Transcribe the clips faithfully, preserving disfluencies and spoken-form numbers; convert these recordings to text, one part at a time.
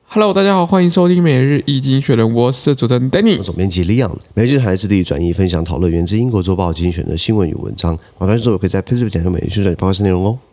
Hello， 大家好，欢迎收听每日易经学人，我是主持人 Danny， 我总编辑 Leon， 每日台致力转译分享讨论源自英国周报精选的新闻与文章。马上之后可以在 Facebook 讲述每日宣传包括内容哦。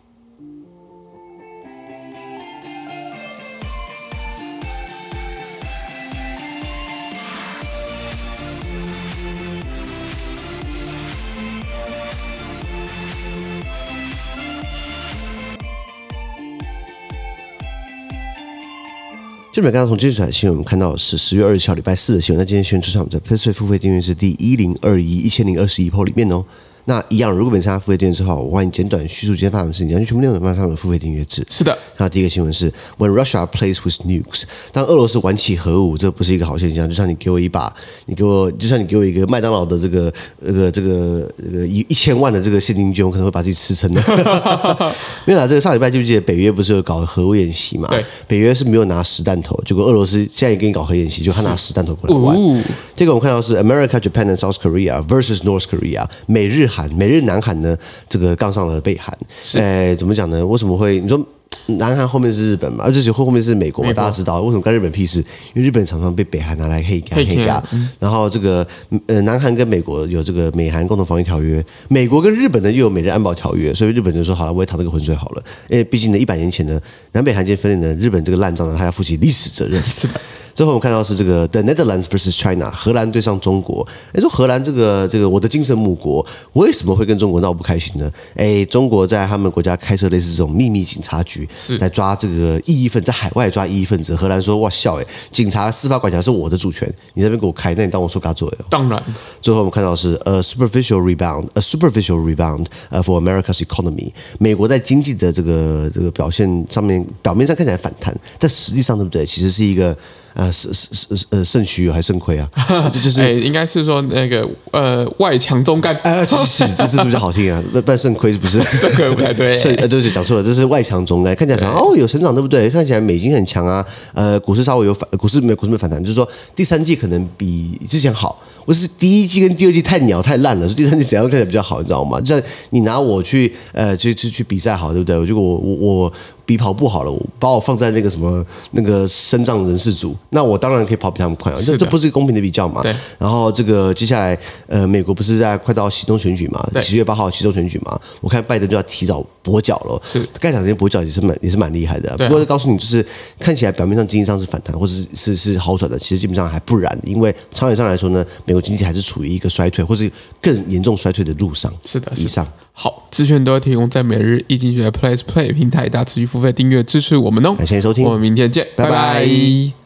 这边刚刚从今天出来的新闻，我们看到的是十月二十七号礼拜四的新闻。那今天宣传我们在 PressPlay 付费订阅是第一零二一一千零二十一 P O 里面哦。那一样，如果没参加付费订阅之后，我欢迎简短叙述今天发生的事情，然后全部内容放上的付费订阅制。 是的。 那第一个新闻是 When Russia plays with nukes， 当俄罗斯玩起核武，这不是一个好现象。就像你给我一把，你给我，就像你给我一个麦当劳的这个这个这个这个一一千万的这个现金券，我可能会把自己吃撑的。没有啦，这个上礼拜记不记得北约不是有搞核武演习嘛？ 对， 北约是没有拿实弹头，结果俄罗斯现在也给你搞核演习，就他拿实弹头过来玩。哦、这个我们看到是 America, Japan and South Korea versus North Korea， 美日韩，美日南韩呢这个杠上了北韩。哎，怎么讲呢？为什么会你说？南韩后面是日本嘛，而且后面是美国嘛，大家知道为什么干日本屁事？因为日本常常被北韩拿来黑干黑干，然后这个呃南韩跟美国有这个美韩共同防御条约，美国跟日本呢又有美日安保条约，所以日本就说好了，我也淌这个浑水好了。因为毕竟呢，一百年前呢，南北韩间分裂呢，日本这个烂账呢，他要负起历史责任。 是的。 最后我们看到是这个 The Netherlands versus China， 荷兰对上中国。哎，说荷兰这个这个我的精神母国，为什么会跟中国闹不开心呢？哎，中国在他们国家开设类似这种秘密警察局，在抓这个异议分子，在海外抓异议分子。荷兰说哇笑哎，警察司法管辖是我的主权，你那边给我开，那你当我说嘎嘴哦？ 当然。 最后我们看到是 a superficial rebound，a superficial rebound for America's economy。美国在经济的这个这个表现上面，表面上看起来反弹，但实际上对不对？其实是一个。呃，是是是呃，肾虚还是肾亏啊？这就是、 欸，应该是说那个呃，外强中干。 哎，这是这是比较好听啊，不不肾亏是不是？ 肾亏不太对。 肾呃，对对，讲错了，这是外强中干，看起来讲哦有成长对不对？看起来美金很强啊，呃，股市稍微有反，股市没有股市没有反弹，就是说第三季可能比之前好。我是第一季跟第二季太鸟太烂了，所以第三季怎样看起来比较好，你知道吗？就像你拿我去呃去去去比赛好，对不对？我就我我我比跑步好了，我把我放在那个什么那个身障人士组，那我当然可以跑比他们快啊，这这不是公平的比较嘛？然后这个接下来呃，美国不是在快到期中选举嘛？七月八号期中选举嘛？我看拜登就要提早跛脚了， 是盖两天跛脚也是蛮也是蛮厉害的、啊。不过告诉你，就是看起来表面上经济上是反弹或者是是是好转的，其实基本上还不然，因为长远上来说呢，美国经济还是处于一个衰退或是更严重衰退的路上。 是的， 以上好资讯都会提供在每日易经学 PressPlay 平台，大家持续付费订阅支持我们哦。 感谢收听， 我们明天见，拜拜。拜拜。